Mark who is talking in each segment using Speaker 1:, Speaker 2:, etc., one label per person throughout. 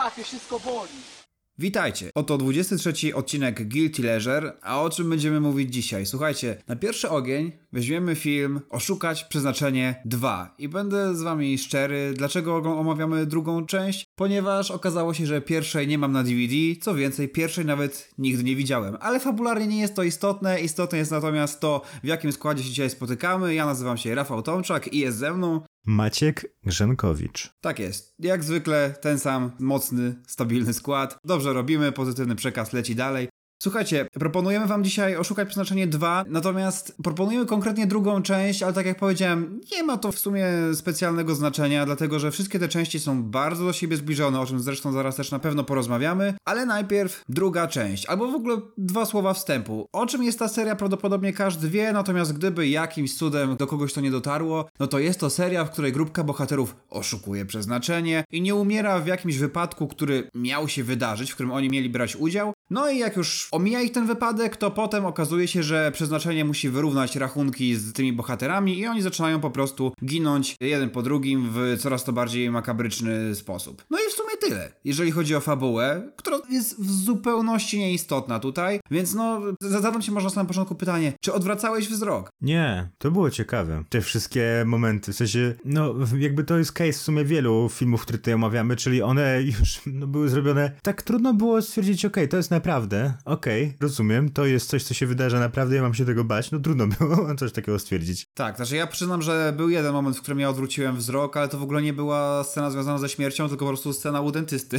Speaker 1: łapie, wszystko boli.
Speaker 2: Witajcie, oto 23 odcinek Guilty Leisure, a o czym będziemy mówić dzisiaj? Słuchajcie, na pierwszy ogień weźmiemy film Oszukać Przeznaczenie 2 i będę z wami szczery, dlaczego omawiamy drugą część? Ponieważ okazało się, że pierwszej nie mam na DVD, co więcej, pierwszej nawet nigdy nie widziałem, ale fabularnie nie jest to istotne jest natomiast to, w jakim składzie się dzisiaj spotykamy. Ja nazywam się Rafał Tomczak i jest ze mną
Speaker 3: Maciek Grzenkowicz.
Speaker 2: Tak jest. Jak zwykle ten sam mocny, stabilny skład. Dobrze robimy, pozytywny przekaz leci dalej. Słuchajcie, proponujemy wam dzisiaj Oszukać Przeznaczenie 2, natomiast proponujemy konkretnie drugą część, ale tak jak powiedziałem, nie ma to w sumie specjalnego znaczenia, dlatego że wszystkie te części są bardzo do siebie zbliżone, o czym zresztą zaraz też na pewno porozmawiamy, ale najpierw druga część, albo w ogóle dwa słowa wstępu. O czym jest ta seria prawdopodobnie każdy wie, natomiast gdyby jakimś cudem do kogoś to nie dotarło, no to jest to seria, w której grupka bohaterów oszukuje przeznaczenie i nie umiera w jakimś wypadku, który miał się wydarzyć, w którym oni mieli brać udział. No i jak już omija ich ten wypadek, to potem okazuje się, że przeznaczenie musi wyrównać rachunki z tymi bohaterami i oni zaczynają po prostu ginąć jeden po drugim w coraz to bardziej makabryczny sposób. No i w sumie tyle, jeżeli chodzi o fabułę, która jest w zupełności nieistotna tutaj, więc no zadam ci może na samym początku pytanie, czy odwracałeś wzrok?
Speaker 3: Nie, to było ciekawe. Te wszystkie momenty, w sensie, no jakby to jest case w sumie wielu filmów, które tutaj omawiamy, czyli one już były zrobione, tak trudno było stwierdzić, okej, to jest naprawdę, rozumiem, to jest coś, co się wydarza naprawdę, ja mam się tego bać, no trudno było coś takiego stwierdzić.
Speaker 2: Tak, znaczy ja przyznam, że był jeden moment, w którym ja odwróciłem wzrok, ale to w ogóle nie była scena związana ze śmiercią, tylko po prostu scena u dentysty,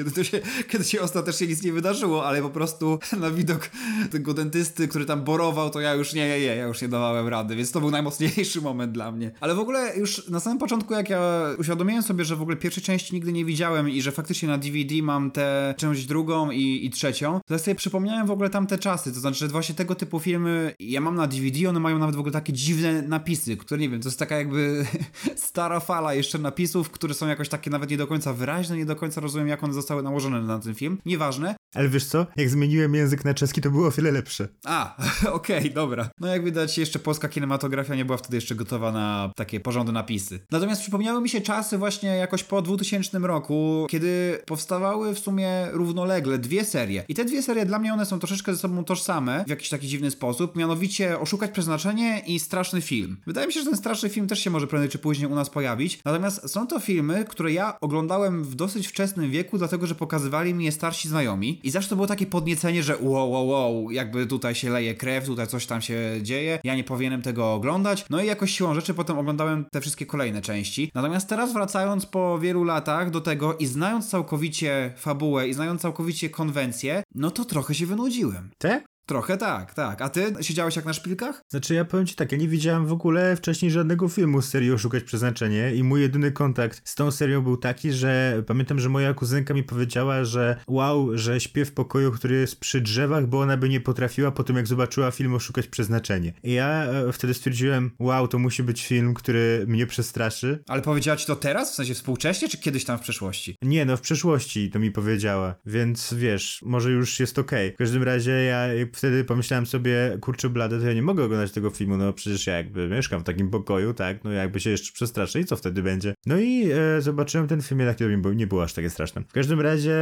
Speaker 2: kiedy się ostatecznie nic nie wydarzyło, ale po prostu na widok tego dentysty, który tam borował, to ja już nie dawałem rady, więc to był najmocniejszy moment dla mnie. Ale w ogóle już na samym początku, jak ja uświadomiłem sobie, że w ogóle pierwszej części nigdy nie widziałem i że faktycznie na DVD mam tę część drugą i trzecią, to ja sobie przypomniałem w ogóle tamte czasy, to znaczy, że właśnie tego typu filmy ja mam na DVD, one mają nawet w ogóle takie dziwne napisy, które nie wiem, to jest taka jakby stara fala jeszcze napisów, które są jakoś takie nawet nie do końca wyraźne, nie do końca rozumiem, jak one zostały nałożone na ten film, nieważne.
Speaker 3: Ale wiesz co, jak zmieniłem język na czeski, to było o wiele lepsze.
Speaker 2: Okej, dobra. No jak widać, jeszcze polska kinematografia nie była wtedy jeszcze gotowa na takie porządne napisy. Natomiast przypomniały mi się czasy właśnie jakoś po 2000 roku, kiedy powstawały w sumie równolegle dwie serie. I te dwie serie dla mnie one są troszeczkę ze sobą tożsame w jakiś taki dziwny sposób, mianowicie Oszukać Przeznaczenie i Straszny Film. Wydaje mi się, że ten Straszny Film też się może prędzej czy później u nas pojawić. Natomiast są to filmy, które ja oglądałem w dosyć wczesnym wieku, dlatego że pokazywali mi je starsi znajomi. I zawsze to było takie podniecenie, że wow, jakby tutaj się leje krew, tutaj coś tam się dzieje, ja nie powinienem tego oglądać. No i jakoś siłą rzeczy potem oglądałem te wszystkie kolejne części. Natomiast teraz wracając po wielu latach do tego i znając całkowicie fabułę i znając całkowicie konwencję, no to trochę się wynudziłem.
Speaker 3: Te?
Speaker 2: Trochę tak. A ty siedziałeś jak na szpilkach?
Speaker 3: Znaczy ja powiem ci tak, ja nie widziałem w ogóle wcześniej żadnego filmu z serii Oszukać Przeznaczenie i mój jedyny kontakt z tą serią był taki, że pamiętam, że moja kuzynka mi powiedziała, że wow, że śpię w pokoju, który jest przy drzewach, bo ona by nie potrafiła po tym, jak zobaczyła film Oszukać Przeznaczenie. I ja wtedy stwierdziłem, wow, to musi być film, który mnie przestraszy.
Speaker 2: Ale powiedziała ci to teraz? W sensie współcześnie, czy kiedyś tam w przeszłości?
Speaker 3: Nie, no w przeszłości to mi powiedziała, więc wiesz, może już jest okej. W każdym razie ja wtedy pomyślałem sobie, kurczę blade, to ja nie mogę oglądać tego filmu, no przecież ja jakby mieszkam w takim pokoju, tak, no jakby się jeszcze przestraszę i co wtedy będzie? No i zobaczyłem ten film, jednak to nie było aż takie straszne. W każdym razie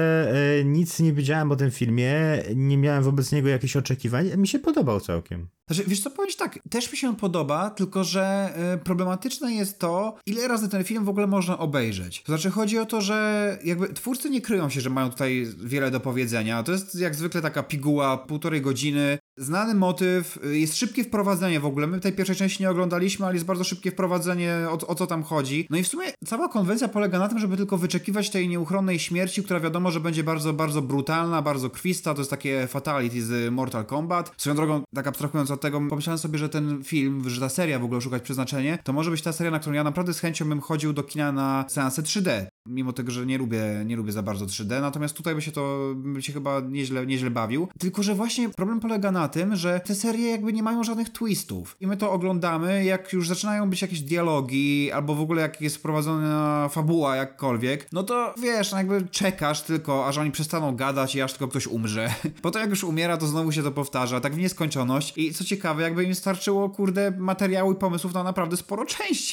Speaker 3: nic nie wiedziałem o tym filmie, nie miałem wobec niego jakichś oczekiwań, mi się podobał całkiem.
Speaker 2: Znaczy, wiesz co, powiedzieć tak, też mi się on podoba, tylko że problematyczne jest to, ile razy ten film w ogóle można obejrzeć. To znaczy, chodzi o to, że jakby twórcy nie kryją się, że mają tutaj wiele do powiedzenia. To jest jak zwykle taka piguła, 1,5 godziny. Znany motyw, jest szybkie wprowadzenie w ogóle. My tej pierwszej części nie oglądaliśmy, ale jest bardzo szybkie wprowadzenie, o co tam chodzi. No i w sumie cała konwencja polega na tym, żeby tylko wyczekiwać tej nieuchronnej śmierci, która wiadomo, że będzie bardzo, bardzo brutalna, bardzo krwista. To jest takie fatality z Mortal Kombat. Swoją drogą, tak abstrahując od tego, pomyślałem sobie, że ten film, że ta seria w ogóle Oszukać Przeznaczenie, to może być ta seria, na którą ja naprawdę z chęcią bym chodził do kina na seanse 3D. Mimo tego, że nie lubię za bardzo 3D, natomiast tutaj bym się chyba nieźle bawił. Tylko, że właśnie problem polega na tym, że te serie jakby nie mają żadnych twistów. I my to oglądamy, jak już zaczynają być jakieś dialogi, albo w ogóle jak jest wprowadzona fabuła jakkolwiek, no to wiesz, no jakby czekasz tylko, aż oni przestaną gadać i aż tylko ktoś umrze. Potem jak już umiera, to znowu się to powtarza, tak w nieskończoność. I co ciekawe, jakby im starczyło, materiału i pomysłów na naprawdę sporo części.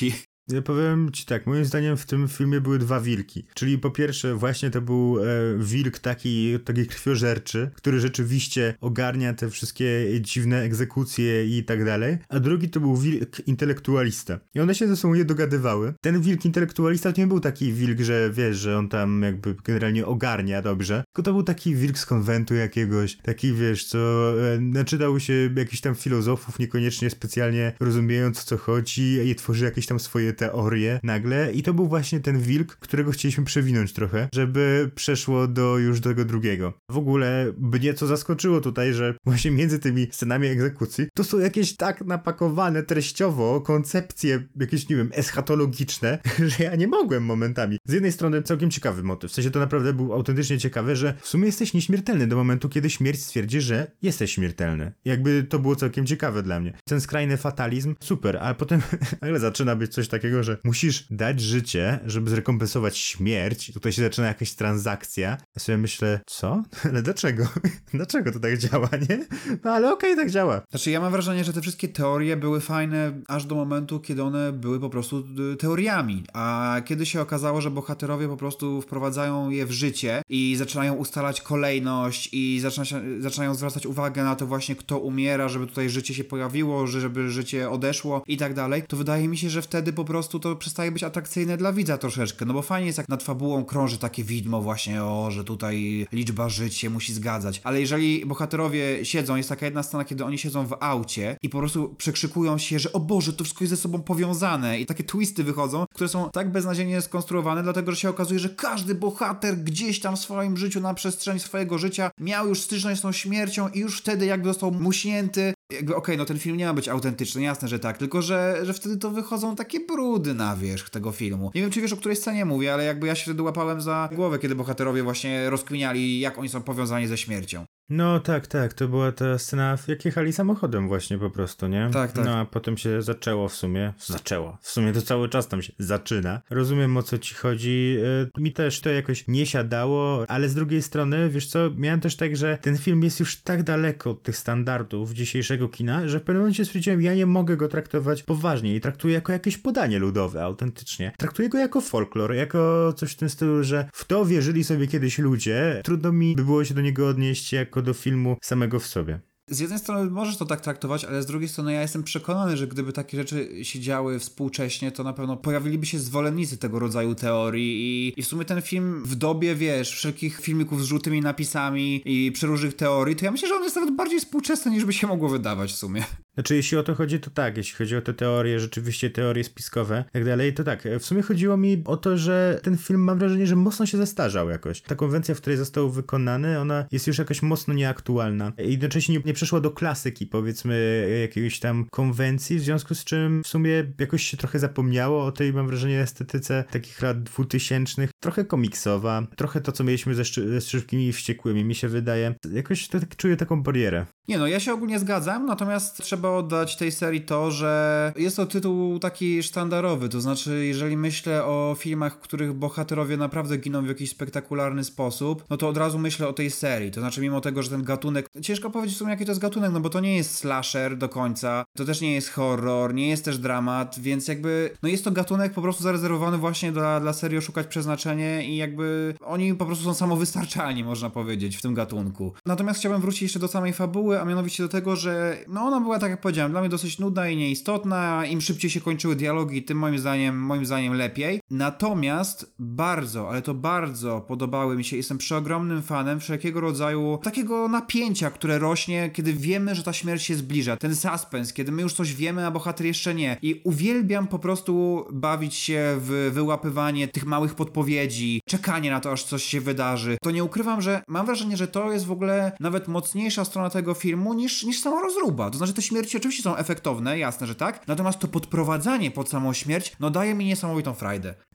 Speaker 3: Ja powiem ci tak, moim zdaniem w tym filmie były dwa wilki. Czyli po pierwsze właśnie to był wilk taki krwiożerczy, który rzeczywiście ogarnia te wszystkie dziwne egzekucje i tak dalej, a drugi to był wilk intelektualista. I one się ze sobą nie dogadywały. Ten wilk intelektualista to nie był taki wilk, że wiesz, że on tam jakby generalnie ogarnia dobrze, tylko to był taki wilk z konwentu jakiegoś, taki wiesz, co naczytał się jakichś tam filozofów, niekoniecznie specjalnie rozumiejąc o co chodzi i tworzy jakieś tam swoje teorie nagle i to był właśnie ten wilk, którego chcieliśmy przewinąć trochę, żeby przeszło do już tego drugiego. W ogóle mnie co zaskoczyło tutaj, że właśnie między tymi scenami egzekucji to są jakieś tak napakowane treściowo koncepcje jakieś, nie wiem, eschatologiczne, że ja nie mogłem momentami. Z jednej strony całkiem ciekawy motyw, w sensie to naprawdę był autentycznie ciekawe, że w sumie jesteś nieśmiertelny do momentu, kiedy śmierć stwierdzi, że jesteś śmiertelny. Jakby to było całkiem ciekawe dla mnie. Ten skrajny fatalizm, super, ale potem nagle zaczyna być coś takiego, że musisz dać życie, żeby zrekompensować śmierć. Tutaj się zaczyna jakaś transakcja. Ja sobie myślę, co? Ale dlaczego? Dlaczego to tak działa, nie? No ale okej, tak działa.
Speaker 2: Znaczy ja mam wrażenie, że te wszystkie teorie były fajne aż do momentu, kiedy one były po prostu teoriami, a kiedy się okazało, że bohaterowie po prostu wprowadzają je w życie i zaczynają ustalać kolejność i zaczynają zwracać uwagę na to właśnie, kto umiera, żeby tutaj życie się pojawiło, żeby życie odeszło i tak dalej, to wydaje mi się, że wtedy po prostu to przestaje być atrakcyjne dla widza troszeczkę, no bo fajnie jest jak nad fabułą krąży takie widmo właśnie, że tutaj liczba żyć się musi zgadzać, ale jeżeli bohaterowie siedzą, jest taka jedna scena, kiedy oni siedzą w aucie i po prostu przekrzykują się, że o Boże, to wszystko jest ze sobą powiązane i takie twisty wychodzą, które są tak beznadziejnie skonstruowane, dlatego, że się okazuje, że każdy bohater gdzieś tam w swoim życiu, na przestrzeni swojego życia miał już styczność z tą śmiercią i już wtedy jakby został muśnięty. Jakby okej, no ten film nie ma być autentyczny, jasne, że tak, tylko że wtedy to wychodzą takie brudy na wierzch tego filmu. Nie wiem, czy wiesz, o której scenie mówię, ale jakby ja się wtedy łapałem za głowę, kiedy bohaterowie właśnie rozkminiali, jak oni są powiązani ze śmiercią.
Speaker 3: No tak, to była ta scena, jak jechali samochodem właśnie po prostu, nie?
Speaker 2: Tak.
Speaker 3: No a potem się zaczęło w sumie to cały czas tam się zaczyna. Rozumiem, o co ci chodzi. Mi też to jakoś nie siadało, ale z drugiej strony, wiesz co, miałem też tak, że ten film jest już tak daleko od tych standardów dzisiejszego kina, że w pewnym momencie stwierdziłem, ja nie mogę go traktować poważnie i traktuję jako jakieś podanie ludowe, autentycznie. Traktuję go jako folklor, jako coś w tym stylu, że w to wierzyli sobie kiedyś ludzie, trudno mi by było się do niego odnieść jako do filmu samego w sobie.
Speaker 2: Z jednej strony możesz to tak traktować, ale z drugiej strony ja jestem przekonany, że gdyby takie rzeczy się działy współcześnie, to na pewno pojawiliby się zwolennicy tego rodzaju teorii i w sumie ten film w dobie, wiesz, wszelkich filmików z żółtymi napisami i przeróżnych teorii, to ja myślę, że on jest nawet bardziej współczesny, niż by się mogło wydawać w sumie.
Speaker 3: Znaczy, jeśli o to chodzi, to tak. Jeśli chodzi o te teorie, rzeczywiście teorie spiskowe i tak dalej, to tak. W sumie chodziło mi o to, że ten film, mam wrażenie, że mocno się zestarzał jakoś. Ta konwencja, w której został wykonany, ona jest już jakoś mocno nieaktualna. I jednocześnie nie przeszła do klasyki, powiedzmy, jakiejś tam konwencji, w związku z czym w sumie jakoś się trochę zapomniało o tej, mam wrażenie, estetyce takich lat 2000. Trochę komiksowa, trochę to, co mieliśmy ze Szybkimi i Wściekłymi, mi się wydaje. Jakoś tak czuję taką barierę.
Speaker 2: Nie no, ja się ogólnie zgadzam, natomiast trzeba oddać tej serii to, że jest to tytuł taki sztandarowy, to znaczy jeżeli myślę o filmach, w których bohaterowie naprawdę giną w jakiś spektakularny sposób, no to od razu myślę o tej serii, to znaczy mimo tego, że ten gatunek, ciężko powiedzieć w sumie jaki to jest gatunek, no bo to nie jest slasher do końca, to też nie jest horror, nie jest też dramat, więc jakby, no jest to gatunek po prostu zarezerwowany właśnie dla serii Oszukać Przeznaczenie i jakby oni po prostu są samowystarczalni, można powiedzieć, w tym gatunku. Natomiast chciałbym wrócić jeszcze do samej fabuły, a mianowicie do tego, że no ona była, tak jak powiedziałem, dla mnie dosyć nudna i nieistotna, im szybciej się kończyły dialogi, tym moim zdaniem lepiej. Natomiast bardzo, ale to bardzo podobały mi się, jestem przeogromnym fanem wszelkiego rodzaju takiego napięcia, które rośnie, kiedy wiemy, że ta śmierć się zbliża. Ten suspens, kiedy my już coś wiemy, a bohater jeszcze nie. I uwielbiam po prostu bawić się w wyłapywanie tych małych podpowiedzi, czekanie na to, aż coś się wydarzy. To nie ukrywam, że mam wrażenie, że to jest w ogóle nawet mocniejsza strona tego filmu niż sama rozruba. To znaczy te śmierci oczywiście są efektowne, jasne, że tak, natomiast to podprowadzanie pod samą śmierć, no daje mi niesamowitą frajdę.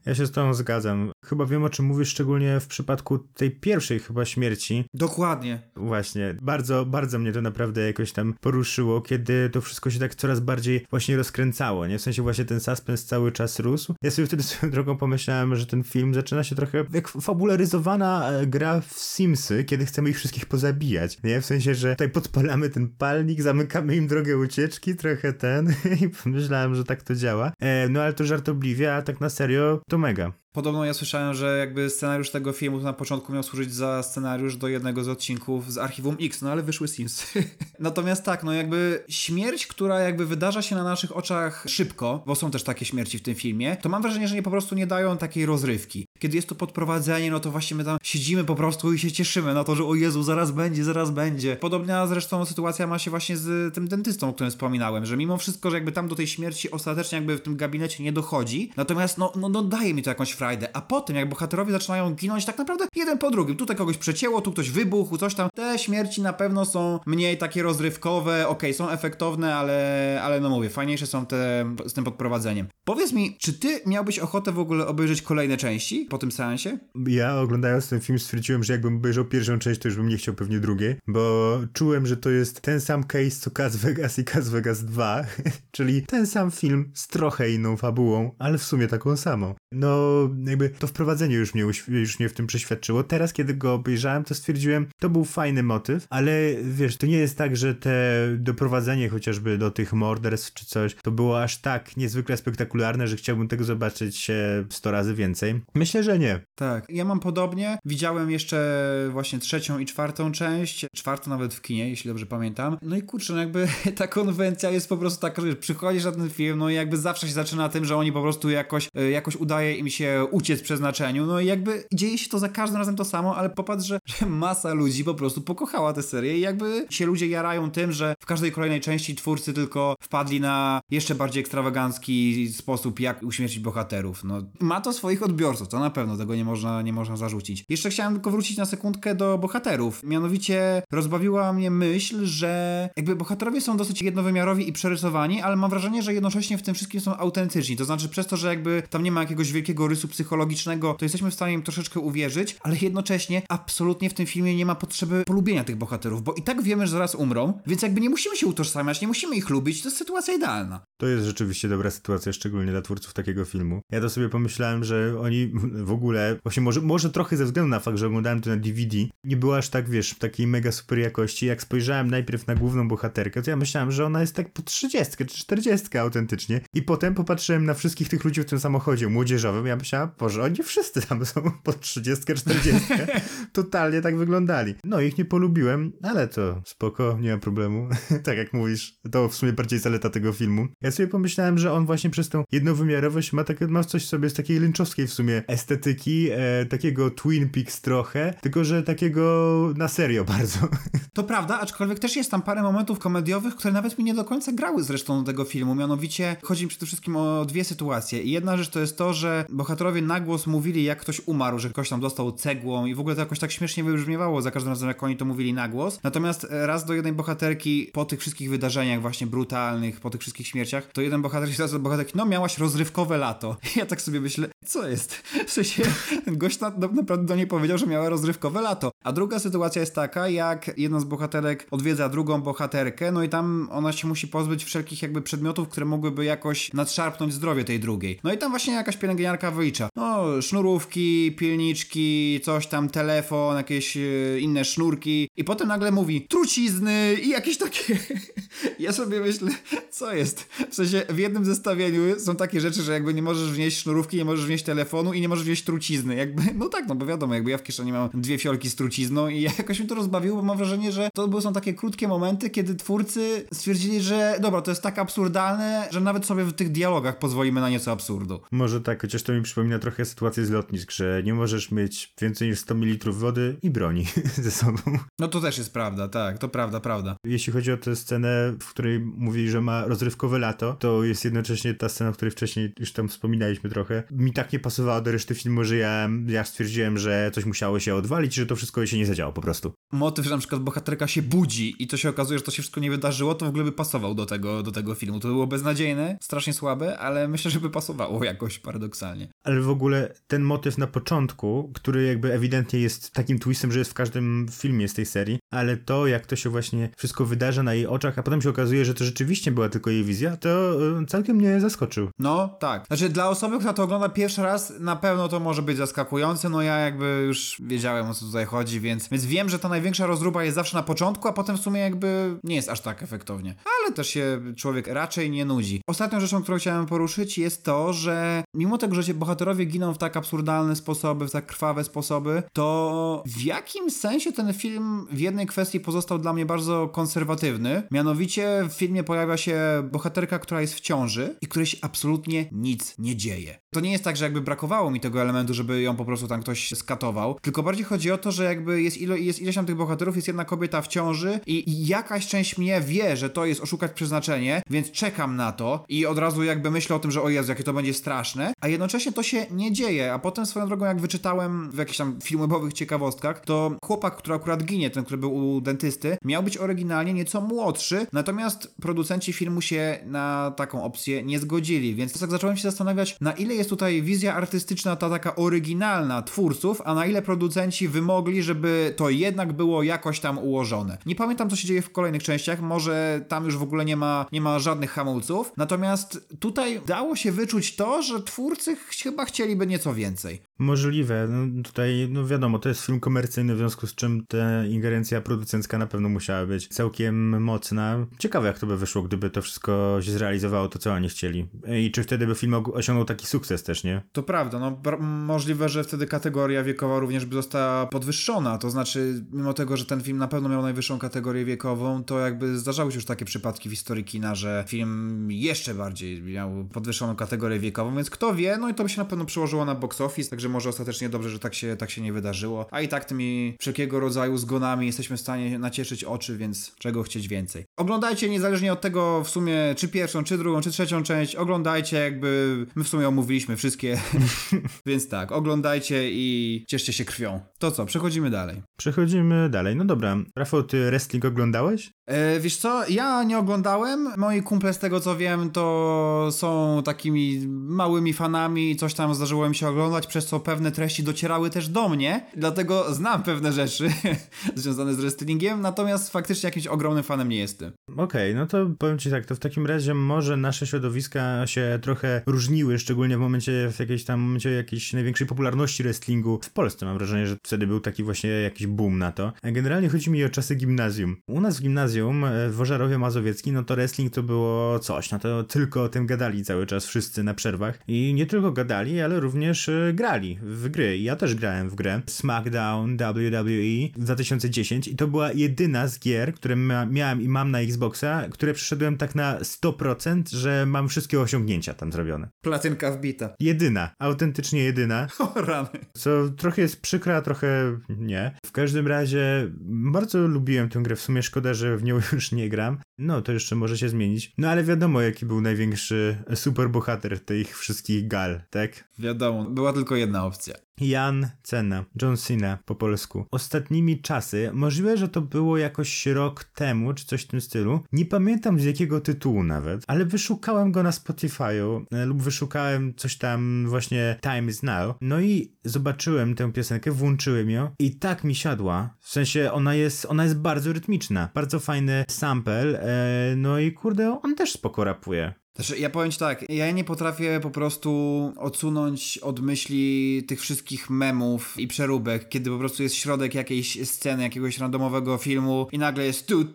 Speaker 3: Ja się z tobą zgadzam. Chyba wiem, o czym mówisz, szczególnie w przypadku tej pierwszej chyba śmierci.
Speaker 2: Dokładnie.
Speaker 3: Właśnie. Bardzo, bardzo mnie to naprawdę jakoś tam poruszyło, kiedy to wszystko się tak coraz bardziej właśnie rozkręcało, nie? W sensie właśnie ten suspens cały czas rósł. Ja sobie wtedy swoją drogą pomyślałem, że ten film zaczyna się trochę jak fabularyzowana gra w Simsy, kiedy chcemy ich wszystkich pozabijać, nie? W sensie, że tutaj podpalamy ten palnik, zamykamy im drogę ucieczki, trochę i pomyślałem, że tak to działa. No ale to żartobliwie, a tak na serio to mega.
Speaker 2: Podobno ja słyszałem, że jakby scenariusz tego filmu na początku miał służyć za scenariusz do jednego z odcinków z Archiwum X, no ale wyszły Simsy. Natomiast tak, no jakby śmierć, która jakby wydarza się na naszych oczach szybko, bo są też takie śmierci w tym filmie, to mam wrażenie, że po prostu nie dają takiej rozrywki. Kiedy jest to podprowadzenie, no to właśnie my tam siedzimy po prostu i się cieszymy na to, że o Jezu, zaraz będzie, zaraz będzie. Podobna zresztą sytuacja ma się właśnie z tym dentystą, o którym wspominałem, że mimo wszystko, że jakby tam do tej śmierci ostatecznie jakby w tym gabinecie nie dochodzi, natomiast no daje mi to jakąś frajdę, a potem jak bohaterowie zaczynają ginąć tak naprawdę jeden po drugim, tutaj kogoś przecięło, tu ktoś wybuchł, coś tam, te śmierci na pewno są mniej takie rozrywkowe, okej, są efektowne, ale no mówię, fajniejsze są te z tym podprowadzeniem. Powiedz mi, czy ty miałbyś ochotę w ogóle obejrzeć kolejne części po tym seansie?
Speaker 3: Ja oglądając ten film stwierdziłem, że jakbym obejrzał pierwszą część, to już bym nie chciał pewnie drugiej, bo czułem, że to jest ten sam case co Cas Vegas i Cas Vegas 2, czyli ten sam film z trochę inną fabułą, ale w sumie taką samą. No, jakby to wprowadzenie już mnie w tym przeświadczyło. Teraz, kiedy go obejrzałem, to stwierdziłem, to był fajny motyw, ale wiesz, to nie jest tak, że te doprowadzenie chociażby do tych morderstw czy coś, to było aż tak niezwykle spektakularne, że chciałbym tego zobaczyć 100 razy więcej. Myślę, że nie.
Speaker 2: Tak, ja mam podobnie. Widziałem jeszcze właśnie 3. i 4. część, 4. nawet w kinie, jeśli dobrze pamiętam. No i kurczę, no jakby ta konwencja jest po prostu taka, że przychodzisz na ten film, no i jakby zawsze się zaczyna tym, że oni po prostu jakoś udaje im się uciec przeznaczeniu, no i jakby dzieje się to za każdym razem to samo, ale popatrz, że masa ludzi po prostu pokochała tę serię i jakby się ludzie jarają tym, że w każdej kolejnej części twórcy tylko wpadli na jeszcze bardziej ekstrawagancki sposób, jak uśmiercić bohaterów. No, ma to swoich odbiorców, to na pewno, tego nie można zarzucić. Jeszcze chciałem tylko wrócić na sekundkę do bohaterów. Mianowicie rozbawiła mnie myśl, że jakby bohaterowie są dosyć jednowymiarowi i przerysowani, ale mam wrażenie, że jednocześnie w tym wszystkim są autentyczni. To znaczy przez to, że jakby tam nie ma jakiegoś wielkiego rysu psychologicznego, to jesteśmy w stanie im troszeczkę uwierzyć, ale jednocześnie absolutnie w tym filmie nie ma potrzeby polubienia tych bohaterów, bo i tak wiemy, że zaraz umrą, więc jakby nie musimy się utożsamiać, nie musimy ich lubić, to jest sytuacja idealna.
Speaker 3: To jest rzeczywiście dobra sytuacja, szczególnie dla twórców takiego filmu. Ja to sobie pomyślałem, że oni w ogóle, właśnie może trochę ze względu na fakt, że oglądałem to na DVD, nie było aż tak, wiesz, takiej mega super jakości. Jak spojrzałem najpierw na główną bohaterkę, to ja myślałem, że ona jest tak po 30 czy 40 autentycznie. I potem popatrzyłem na wszystkich tych ludzi w tym samochodzie młodzieżowym, ja myślałem, Boże, oni wszyscy tam są po 30, 40. Totalnie tak wyglądali. No, ich nie polubiłem, ale to spoko, nie ma problemu. Tak jak mówisz, to w sumie bardziej zaleta tego filmu. Ja sobie pomyślałem, że on właśnie przez tą jednowymiarowość ma coś sobie z takiej lynczowskiej w sumie estetyki, takiego Twin Peaks trochę, tylko że takiego na serio bardzo.
Speaker 2: To prawda, aczkolwiek też jest tam parę momentów komediowych, które nawet mi nie do końca grały zresztą do tego filmu. Mianowicie chodzi mi przede wszystkim o dwie sytuacje. I jedna rzecz to jest to, że bohaterowie na głos mówili, jak ktoś umarł, że ktoś tam dostał cegłą i w ogóle to jakoś tak śmiesznie wybrzmiewało za każdym razem, jak oni to mówili na głos. Natomiast raz do jednej bohaterki po tych wszystkich wydarzeniach właśnie brutalnych, po tych wszystkich śmierciach, to jeden bohaterki, no miałaś rozrywkowe lato. I ja tak sobie myślę, co jest? W sensie, ten gość naprawdę do niej powiedział, że miała rozrywkowe lato. A druga sytuacja jest taka, jak jedna z bohaterek odwiedza drugą bohaterkę, no i tam ona się musi pozbyć wszelkich jakby przedmiotów, które mogłyby jakoś nadszarpnąć zdrowie tej drugiej. No i tam właśnie jakaś pielęgniarka wylicza. No, sznurówki, pilniczki, coś tam, telefon, jakieś inne sznurki. I potem nagle mówi trucizny i jakieś takie... Ja sobie myślę, co jest? W sensie, w jednym zestawieniu są takie rzeczy, że jakby nie możesz wnieść sznurówki, nie możesz wnieść telefonu i nie możesz wnieść trucizny. Jakby, no tak, no bo wiadomo, jakby ja w kieszeni mam 2 fiolki z trucizną i jakoś mi to rozbawiło, bo mam wrażenie, że to są takie krótkie momenty, kiedy twórcy stwierdzili, że dobra, to jest tak absurdalne, że nawet sobie w tych dialogach pozwolimy na nieco absurdu.
Speaker 3: Może tak, chociaż to mi przypomina trochę sytuację z lotnisk, że nie możesz mieć więcej niż 100 ml wody i broni ze sobą.
Speaker 2: No to też jest prawda, tak, to prawda.
Speaker 3: Jeśli chodzi o tę scenę, w której mówili, że na rozrywkowe lato, to jest jednocześnie ta scena, o której wcześniej już tam wspominaliśmy trochę. Mi tak nie pasowała do reszty filmu, że ja stwierdziłem, że coś musiało się odwalić, że to wszystko się nie zadziało po prostu.
Speaker 2: Motyw, że na przykład bohaterka się budzi i to się okazuje, że to się wszystko nie wydarzyło, to w ogóle by pasował do tego filmu. To było beznadziejne, strasznie słabe, ale myślę, że by pasowało jakoś paradoksalnie.
Speaker 3: Ale w ogóle ten motyw na początku, który jakby ewidentnie jest takim twistem, że jest w każdym filmie z tej serii, ale to, jak to się właśnie wszystko wydarza na jej oczach, a potem się okazuje, że to rzeczywiście była tylko jej wizja, to całkiem mnie zaskoczył.
Speaker 2: No, tak. Znaczy dla osoby, która to ogląda pierwszy raz, na pewno to może być zaskakujące, no ja jakby już wiedziałem, o co tutaj chodzi, więc wiem, że ta największa rozruba jest zawsze na początku, a potem w sumie jakby nie jest aż tak efektownie. Ale też się człowiek raczej nie nudzi. Ostatnią rzeczą, którą chciałem poruszyć, jest to, że mimo tego, że bohaterowie giną w tak absurdalne sposoby, w tak krwawe sposoby, to w jakim sensie ten film w jednej kwestii pozostał dla mnie bardzo konserwatywny. Mianowicie w filmie pojawia się bohaterka, która jest w ciąży i której się absolutnie nic nie dzieje. To nie jest tak, że jakby brakowało mi tego elementu, żeby ją po prostu tam ktoś skatował, tylko bardziej chodzi o to, że jakby jest ileś tam tych bohaterów, jest jedna kobieta w ciąży i jakaś część mnie wie, że to jest oszukać przeznaczenie, więc czekam na to i od razu jakby myślę o tym, że o Jezu, jakie to będzie straszne, a jednocześnie to się nie dzieje, a potem swoją drogą jak wyczytałem w jakichś tam filmowych ciekawostkach, to chłopak, który akurat ginie, ten, który był u dentysty, miał być oryginalnie nieco młodszy, natomiast producenci filmu się na taką opcję nie zgodzili, więc tak zacząłem się zastanawiać, na ile jest tutaj wizja artystyczna, ta taka oryginalna twórców, a na ile producenci wymogli, żeby to jednak było jakoś tam ułożone. Nie pamiętam, co się dzieje w kolejnych częściach, może tam już w ogóle nie ma żadnych hamulców, natomiast tutaj dało się wyczuć to, że twórcy chyba chcieliby nieco więcej.
Speaker 3: Możliwe. No tutaj, no wiadomo, to jest film komercyjny, w związku z czym ta ingerencja producencka na pewno musiała być całkiem mocna. Ciekawe, jak to by wyszło, gdyby to wszystko się zrealizowało, to co oni chcieli. I czy wtedy by film osiągnął taki sukces też, nie?
Speaker 2: To prawda, no możliwe, że wtedy kategoria wiekowa również by została podwyższona, to znaczy, mimo tego, że ten film na pewno miał najwyższą kategorię wiekową, to jakby zdarzały się już takie przypadki w historii kina, że film jeszcze bardziej miał podwyższoną kategorię wiekową, więc kto wie, no i to by się na pewno przełożyło na box office, także może ostatecznie dobrze, że tak się nie wydarzyło, a i tak tymi wszelkiego rodzaju zgonami jesteśmy w stanie nacieszyć oczy, więc czego chcieć więcej. Oglądajcie niezależnie od tego w sumie, czy pierwszą, czy drugą, czy trzecią część, oglądajcie, jakby my w sumie omówiliśmy wszystkie, więc tak, oglądajcie i cieszcie się krwią. To co, przechodzimy dalej. No dobra, Rafał, ty wrestling oglądałeś? Wiesz co, ja nie oglądałem, moi kumple z tego co wiem to są takimi małymi fanami, coś tam zdarzyło mi się oglądać, przez co pewne treści docierały też do mnie, dlatego znam pewne rzeczy związane z wrestlingiem, natomiast faktycznie jakimś ogromnym fanem nie jestem.
Speaker 3: Okej, no to powiem ci tak, to w takim razie może nasze środowiska się trochę różniły, szczególnie w momencie jakiejś największej popularności wrestlingu w Polsce. Mam wrażenie, że wtedy był taki właśnie jakiś boom na to. A generalnie chodzi mi o czasy gimnazjum. U nas w gimnazjum w Ożarowie Mazowieckim, no to wrestling to było coś, no to tylko o tym gadali cały czas wszyscy na przerwach. I nie tylko gadali, ale również grali w gry. Ja też grałem w grę SmackDown WWE 2010 i to była jedyna z gier, które miałem i mam na Xboxa, które przeszedłem tak na 100%, że mam wszystkie osiągnięcia tam zrobione.
Speaker 2: Platynka wbita.
Speaker 3: Jedyna, autentycznie jedyna.
Speaker 2: O rany.
Speaker 3: Co trochę jest przykre, a trochę nie. W każdym razie bardzo lubiłem tę grę, w sumie szkoda, że w nią już nie gram. No to jeszcze może się zmienić. No ale wiadomo, jaki był największy superbohater tych wszystkich gal, tak?
Speaker 2: Wiadomo, była tylko jedna opcja.
Speaker 3: Jan Cena, John Cena po polsku. Ostatnimi czasy, możliwe, że to było jakoś rok temu, czy coś w tym stylu, nie pamiętam z jakiego tytułu nawet, ale wyszukałem go na Spotify'u lub wyszukałem coś tam właśnie Time is Now, no i zobaczyłem tę piosenkę, włączyłem ją i tak mi siadła, w sensie ona jest bardzo rytmiczna, bardzo fajny sample, no i kurde, on też spoko rapuje.
Speaker 2: Znaczy, ja powiem ci tak, ja nie potrafię po prostu odsunąć od myśli tych wszystkich memów i przeróbek, kiedy po prostu jest środek jakiejś sceny, jakiegoś randomowego filmu i nagle jest tu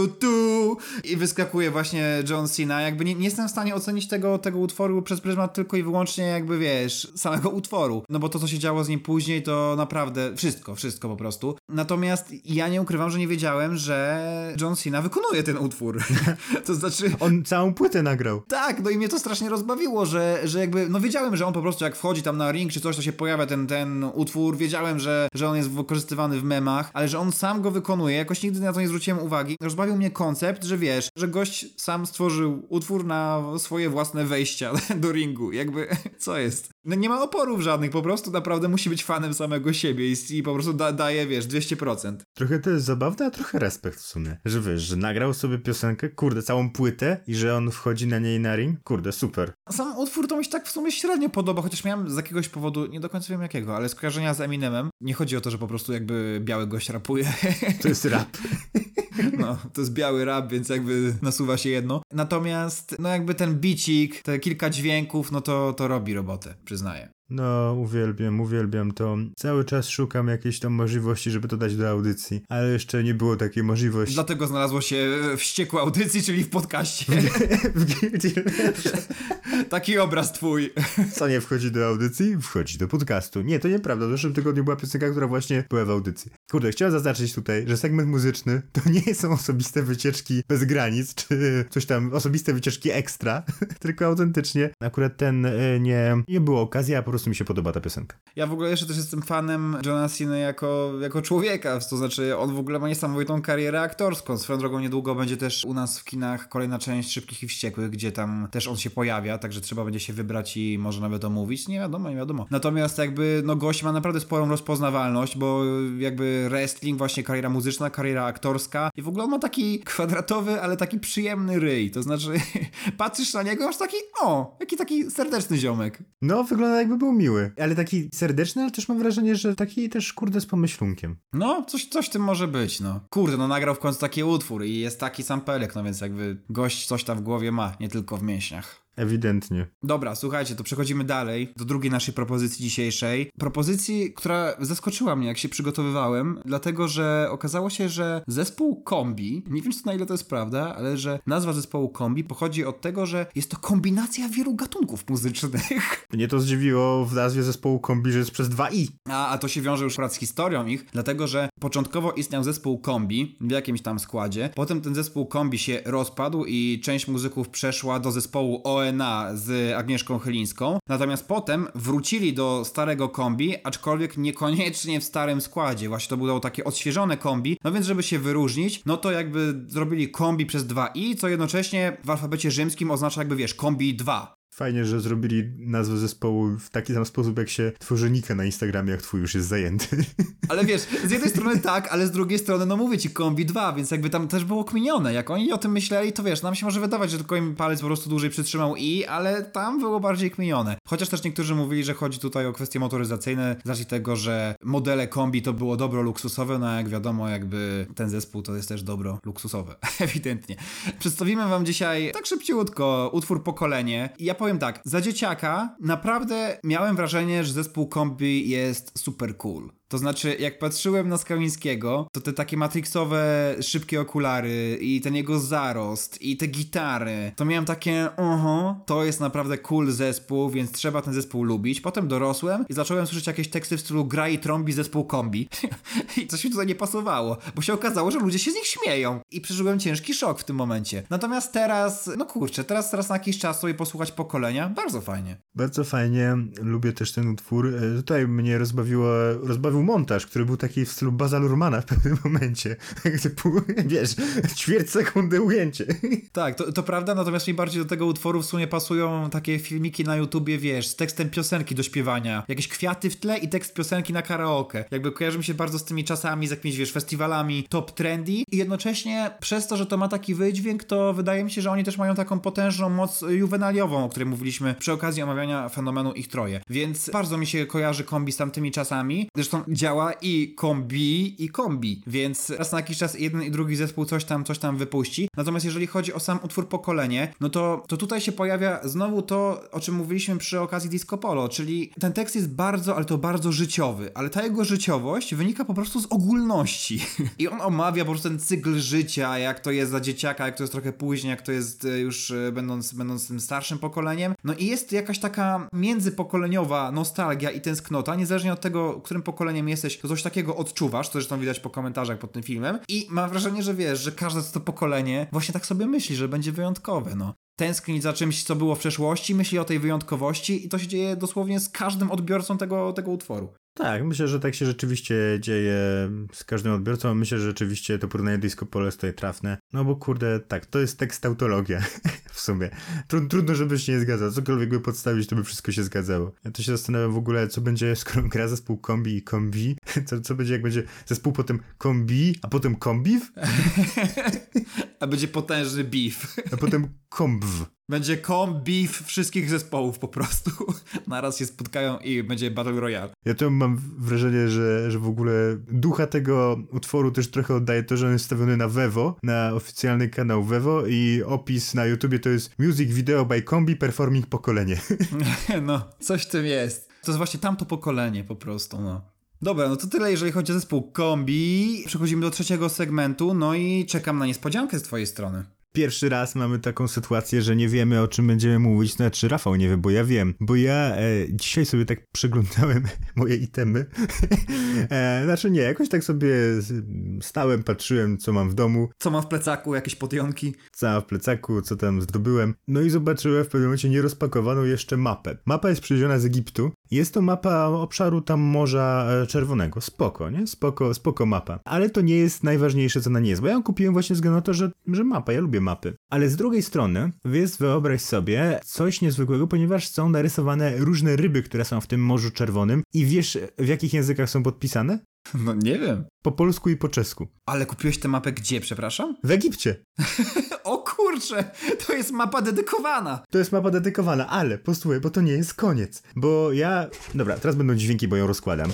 Speaker 2: i wyskakuje właśnie John Cena. Jakby nie jestem w stanie ocenić tego utworu przez pryzmat tylko i wyłącznie jakby, wiesz, samego utworu. No bo to, co się działo z nim później, to naprawdę wszystko po prostu. Natomiast ja nie ukrywam, że nie wiedziałem, że John Cena wykonuje ten utwór. To znaczy...
Speaker 3: On całą płytę nagrał.
Speaker 2: Tak, no i mnie to strasznie rozbawiło, że jakby, no wiedziałem, że on po prostu jak wchodzi tam na ring czy coś, to się pojawia ten utwór, wiedziałem, że on jest wykorzystywany w memach, ale że on sam go wykonuje, jakoś nigdy na to nie zwróciłem uwagi. Rozbawił mnie koncept, że wiesz, że gość sam stworzył utwór na swoje własne wejścia do ringu, jakby, co jest? No nie ma oporów żadnych, po prostu naprawdę musi być fanem samego siebie i po prostu daje, wiesz, 200%.
Speaker 3: Trochę to jest zabawne, a trochę respekt w sumie. Że wiesz, że nagrał sobie piosenkę, kurde, całą płytę i że on wchodzi na niej na ring, kurde, super.
Speaker 2: Sam utwór to mi się tak w sumie średnio podoba, chociaż miałem z jakiegoś powodu, nie do końca wiem jakiego, ale skojarzenia z Eminemem. Nie chodzi o to, że po prostu jakby biały gość rapuje.
Speaker 3: To jest rap.
Speaker 2: No, to jest biały rap, więc jakby nasuwa się jedno. Natomiast, no jakby ten bicik, te kilka dźwięków, no to robi robotę, przyznaję.
Speaker 3: No, uwielbiam to. Cały czas szukam jakiejś tam możliwości, żeby to dać do audycji, ale jeszcze nie było takiej możliwości.
Speaker 2: Dlatego znalazło się w ścieku audycji, czyli w podcaście. Taki obraz twój.
Speaker 3: Co nie wchodzi do audycji? Wchodzi do podcastu. Nie, to nieprawda. W zeszłym tygodniu była piosenka, która właśnie była w audycji. Kurde, chciałem zaznaczyć tutaj, że segment muzyczny to nie są osobiste wycieczki bez granic, czy coś tam, osobiste wycieczki ekstra, tylko autentycznie. Akurat nie było okazji, a po prostu mi się podoba ta piosenka.
Speaker 2: Ja w ogóle jeszcze też jestem fanem Johna Cena jako człowieka, to znaczy on w ogóle ma niesamowitą karierę aktorską. Swoją drogą niedługo będzie też u nas w kinach kolejna część Szybkich i Wściekłych, gdzie tam też on się pojawia, także trzeba będzie się wybrać i może nawet omówić. Nie wiadomo. Natomiast jakby, no gość ma naprawdę sporą rozpoznawalność, bo jakby wrestling, właśnie kariera muzyczna, kariera aktorska i w ogóle on ma taki kwadratowy, ale taki przyjemny ryj. To znaczy patrzysz na niego, aż jaki taki serdeczny ziomek.
Speaker 3: No, wygląda jakby był miły, ale taki serdeczny, ale też mam wrażenie, że taki też, kurde, z pomyślunkiem.
Speaker 2: No, coś w tym może być, no. Kurde, no nagrał w końcu taki utwór i jest taki sampelek, no więc jakby gość coś tam w głowie ma, nie tylko w mięśniach.
Speaker 3: Ewidentnie.
Speaker 2: Dobra, słuchajcie, to przechodzimy dalej do drugiej naszej propozycji dzisiejszej. Propozycji, która zaskoczyła mnie, jak się przygotowywałem, dlatego, że okazało się, że zespół Kombi, nie wiem, czy na ile to jest prawda, ale że nazwa zespołu Kombi pochodzi od tego, że jest to kombinacja wielu gatunków muzycznych.
Speaker 3: Mnie to zdziwiło w nazwie zespołu Kombi, że jest przez 2 i.
Speaker 2: A to się wiąże już akurat z historią ich, dlatego, że początkowo istniał zespół Kombi w jakimś tam składzie, potem ten zespół Kombi się rozpadł i część muzyków przeszła do zespołu ONA z Agnieszką Chylińską, natomiast potem wrócili do starego Kombi, aczkolwiek niekoniecznie w starym składzie, właśnie to było takie odświeżone Kombi, no więc żeby się wyróżnić, no to jakby zrobili Kombi przez 2 i, co jednocześnie w alfabecie rzymskim oznacza jakby, wiesz, Kombi 2.
Speaker 3: Fajnie, że zrobili nazwę zespołu w taki sam sposób, jak się tworzy nika na Instagramie, jak twój już jest zajęty.
Speaker 2: Ale wiesz, z jednej strony tak, ale z drugiej strony, no mówię ci, Kombi 2, więc jakby tam też było kminione. Jak oni o tym myśleli, to wiesz, nam się może wydawać, że tylko im palec po prostu dłużej przytrzymał ale tam było bardziej kminione. Chociaż też niektórzy mówili, że chodzi tutaj o kwestie motoryzacyjne, z racji tego, że modele Kombi to było dobro luksusowe, no a jak wiadomo, jakby ten zespół to jest też dobro luksusowe. Ewidentnie. Przedstawimy wam dzisiaj tak szybciutko utwór Pokolenie. I ja powiem tak, za dzieciaka naprawdę miałem wrażenie, że zespół Kombi jest super cool. To znaczy, jak patrzyłem na Skalińskiego, to te takie matrixowe, szybkie okulary i ten jego zarost i te gitary, to miałem takie, to jest naprawdę cool zespół, więc trzeba ten zespół lubić. Potem dorosłem i zacząłem słyszeć jakieś teksty w stylu gra i trąbi zespół Kombi. I coś mi tutaj nie pasowało, bo się okazało, że ludzie się z nich śmieją. I przeżyłem ciężki szok w tym momencie. Natomiast teraz, no kurczę, teraz na jakiś czas sobie posłuchać Pokolenia, bardzo fajnie.
Speaker 3: Bardzo fajnie, lubię też ten utwór. Tutaj mnie rozbawił montaż, który był taki w stylu Baza Lurmana w pewnym momencie. Typu, wiesz, ćwierć sekundy ujęcie.
Speaker 2: Tak, to prawda, natomiast mi bardziej do tego utworu w sumie pasują takie filmiki na YouTubie, wiesz, z tekstem piosenki do śpiewania. Jakieś kwiaty w tle i tekst piosenki na karaoke. Jakby kojarzy mi się bardzo z tymi czasami, z jakimiś, wiesz, festiwalami top trendy i jednocześnie przez to, że to ma taki wydźwięk, to wydaje mi się, że oni też mają taką potężną moc juwenaliową, o której mówiliśmy przy okazji omawiania fenomenu Ich Troje. Więc bardzo mi się kojarzy Kombi z tamtymi czasami. Zresztą działa i Kombi, więc raz na jakiś czas jeden i drugi zespół coś tam wypuści. Natomiast jeżeli chodzi o sam utwór Pokolenie, no to tutaj się pojawia znowu to, o czym mówiliśmy przy okazji Disco Polo, czyli ten tekst jest bardzo, ale to bardzo życiowy, ale ta jego życiowość wynika po prostu z ogólności. I on omawia po prostu ten cykl życia, jak to jest za dzieciaka, jak to jest trochę później, jak to jest już będąc tym starszym pokoleniem. No i jest jakaś taka międzypokoleniowa nostalgia i tęsknota, niezależnie od tego, którym pokoleniem jesteś, to coś takiego odczuwasz, to zresztą widać po komentarzach pod tym filmem i mam wrażenie, że wiesz, że każde to pokolenie właśnie tak sobie myśli, że będzie wyjątkowe, no. tęsknić za czymś, co było w przeszłości, myśli o tej wyjątkowości i to się dzieje dosłownie z każdym odbiorcą tego utworu.
Speaker 3: Tak, myślę, że tak się rzeczywiście dzieje z każdym odbiorcą. Myślę, że rzeczywiście to porównanie Disco Polo jest tutaj trafne. No bo kurde, tak, to jest tekstautologia w sumie. Trudno, żebyś się nie zgadzał. Cokolwiek by podstawić, to by wszystko się zgadzało. Ja to się zastanawiam w ogóle, co będzie, skoro gra zespół Kombi i Kombi. Co będzie, jak będzie zespół potem Kombi, a potem Kombiw?
Speaker 2: A będzie potężny beef.
Speaker 3: A potem Kombw.
Speaker 2: Będzie beef wszystkich zespołów po prostu. Naraz się spotkają i będzie Battle Royale.
Speaker 3: Ja to mam wrażenie, że w ogóle ducha tego utworu też trochę oddaje to, że on jest stawiony na Vevo, na oficjalny kanał Vevo i opis na YouTubie to jest Music Video by Kombi Performing Pokolenie.
Speaker 2: No, coś w tym jest. To jest właśnie tamto pokolenie po prostu, no. Dobra, no to tyle, jeżeli chodzi o zespół Kombi. Przechodzimy do trzeciego segmentu, no i czekam na niespodziankę z twojej strony.
Speaker 3: Pierwszy raz mamy taką sytuację, że nie wiemy, o czym będziemy mówić. Znaczy, Rafał nie wie, bo ja wiem. Bo ja dzisiaj sobie tak przeglądałem moje itemy. Znaczy nie, jakoś tak sobie stałem, patrzyłem, co mam w domu.
Speaker 2: Co mam w plecaku, jakieś potionki.
Speaker 3: Co mam w plecaku, co tam zdobyłem. No i zobaczyłem w pewnym momencie nierozpakowaną jeszcze mapę. Mapa jest przywieziona z Egiptu. Jest to mapa obszaru tam Morza Czerwonego. Spoko, nie? Spoko mapa. Ale to nie jest najważniejsze, co na nie jest. Bo ja ją kupiłem właśnie ze względu na to, że mapa, ja lubię mapy. Ale z drugiej strony, wyobraź sobie coś niezwykłego, ponieważ są narysowane różne ryby, które są w tym Morzu Czerwonym i wiesz, w jakich językach są podpisane?
Speaker 2: No nie wiem.
Speaker 3: Po polsku i po czesku.
Speaker 2: Ale kupiłeś tę mapę gdzie, przepraszam?
Speaker 3: W Egipcie.
Speaker 2: O kurczę, to jest mapa dedykowana.
Speaker 3: To jest mapa dedykowana, ale posłuchaj, bo to nie jest koniec. Bo ja... Dobra, teraz będą dźwięki, bo ją rozkładam.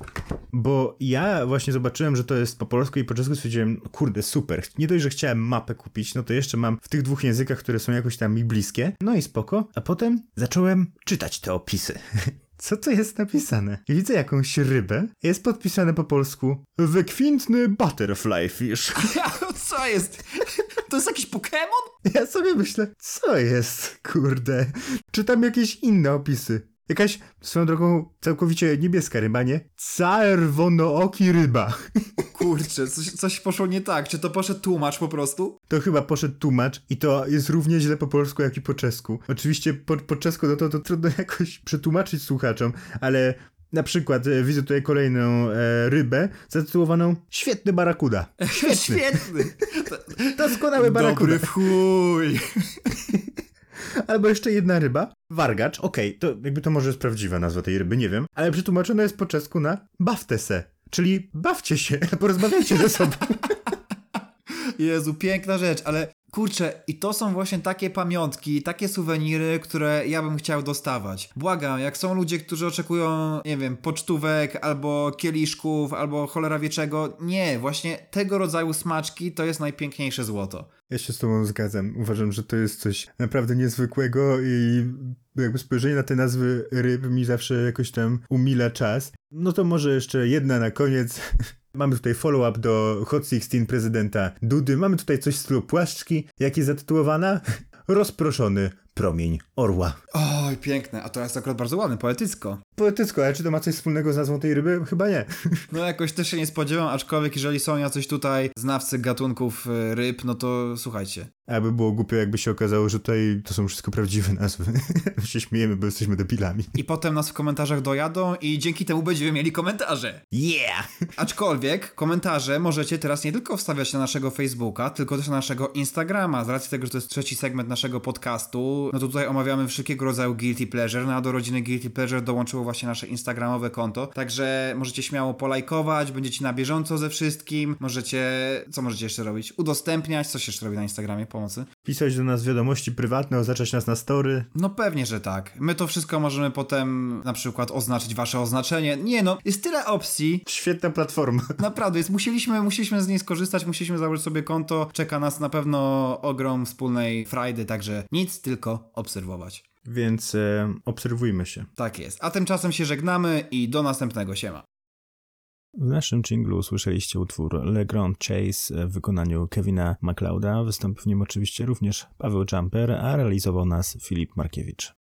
Speaker 3: Bo ja właśnie zobaczyłem, że to jest po polsku i po czesku, stwierdziłem, kurde, super. Nie dość, że chciałem mapę kupić, no to jeszcze mam w tych dwóch językach, które są jakoś tam mi bliskie. No i spoko. A potem zacząłem czytać te opisy. Co to jest napisane? I widzę jakąś rybę. Jest podpisane po polsku wykwintny butterfly fish.
Speaker 2: Co jest? To jest jakiś Pokémon?
Speaker 3: Ja sobie myślę, co jest, kurde? Czytam jakieś inne opisy. Jakaś, swoją drogą, całkowicie niebieska ryba, nie? Czerwonooki ryba.
Speaker 2: Kurczę, coś poszło nie tak. Czy to poszedł tłumacz po prostu?
Speaker 3: To chyba poszedł tłumacz i to jest równie źle po polsku, jak i po czesku. Oczywiście po czesku no to trudno jakoś przetłumaczyć słuchaczom, ale na przykład widzę tutaj kolejną rybę zatytułowaną Świetny barakuda.
Speaker 2: Świetny.
Speaker 3: Doskonały barakuda.
Speaker 2: Dobry w chuj.
Speaker 3: Albo jeszcze jedna ryba, wargacz, okej, to jakby to może jest prawdziwa nazwa tej ryby, nie wiem, ale przetłumaczone jest po czesku na bawte se, czyli bawcie się, porozmawiajcie ze sobą.
Speaker 2: Jezu, piękna rzecz, ale kurczę, i to są właśnie takie pamiątki, takie suweniry, które ja bym chciał dostawać. Błagam, jak są ludzie, którzy oczekują, nie wiem, pocztówek, albo kieliszków, albo cholera wie czego, nie, właśnie tego rodzaju smaczki to jest najpiękniejsze złoto.
Speaker 3: Ja się z tobą zgadzam. Uważam, że to jest coś naprawdę niezwykłego i jakby spojrzenie na te nazwy ryb mi zawsze jakoś tam umila czas. No to może jeszcze jedna na koniec. Mamy tutaj follow-up do Hot 16 prezydenta Dudy. Mamy tutaj coś w stylu płaszczki. Jak jest zatytułowana? Rozproszony promień orła.
Speaker 2: Oj, piękne. A to jest akurat bardzo ładne, poetycko.
Speaker 3: Poetycko, ale czy to ma coś wspólnego z nazwą tej ryby? Chyba nie.
Speaker 2: No jakoś też się nie spodziewam, aczkolwiek jeżeli są jacyś tutaj znawcy gatunków ryb, no to słuchajcie.
Speaker 3: Aby było głupio, jakby się okazało, że tutaj to są wszystko prawdziwe nazwy. My się śmiejemy, bo jesteśmy debilami.
Speaker 2: I potem nas w komentarzach dojadą i dzięki temu będziemy mieli komentarze.
Speaker 3: Yeah!
Speaker 2: Aczkolwiek komentarze możecie teraz nie tylko wstawiać na naszego Facebooka, tylko też na naszego Instagrama. Z racji tego, że to jest trzeci segment naszego podcastu, no to tutaj omawiamy wszelkiego rodzaju guilty pleasure, no a do rodziny guilty pleasure dołączyło właśnie nasze instagramowe konto. Także możecie śmiało polajkować, będziecie na bieżąco ze wszystkim. Co możecie jeszcze robić? Udostępniać. Co się jeszcze robi na Instagramie? Pomocy?
Speaker 3: Pisać do nas wiadomości prywatne, oznaczać nas na story.
Speaker 2: No pewnie, że tak. My to wszystko możemy potem na przykład oznaczyć wasze oznaczenie. Nie no, jest tyle opcji.
Speaker 3: Świetna platforma.
Speaker 2: Naprawdę, musieliśmy z niej skorzystać, musieliśmy założyć sobie konto. Czeka nas na pewno ogrom wspólnej frajdy, także nic, tylko obserwować.
Speaker 3: Więc obserwujmy się.
Speaker 2: Tak jest. A tymczasem się żegnamy i do następnego, siema.
Speaker 3: W naszym dżinglu usłyszeliście utwór Le Grand Chase w wykonaniu Kevina MacLeoda. Wystąpił w nim oczywiście również Paweł Jumper, a realizował nas Filip Markiewicz.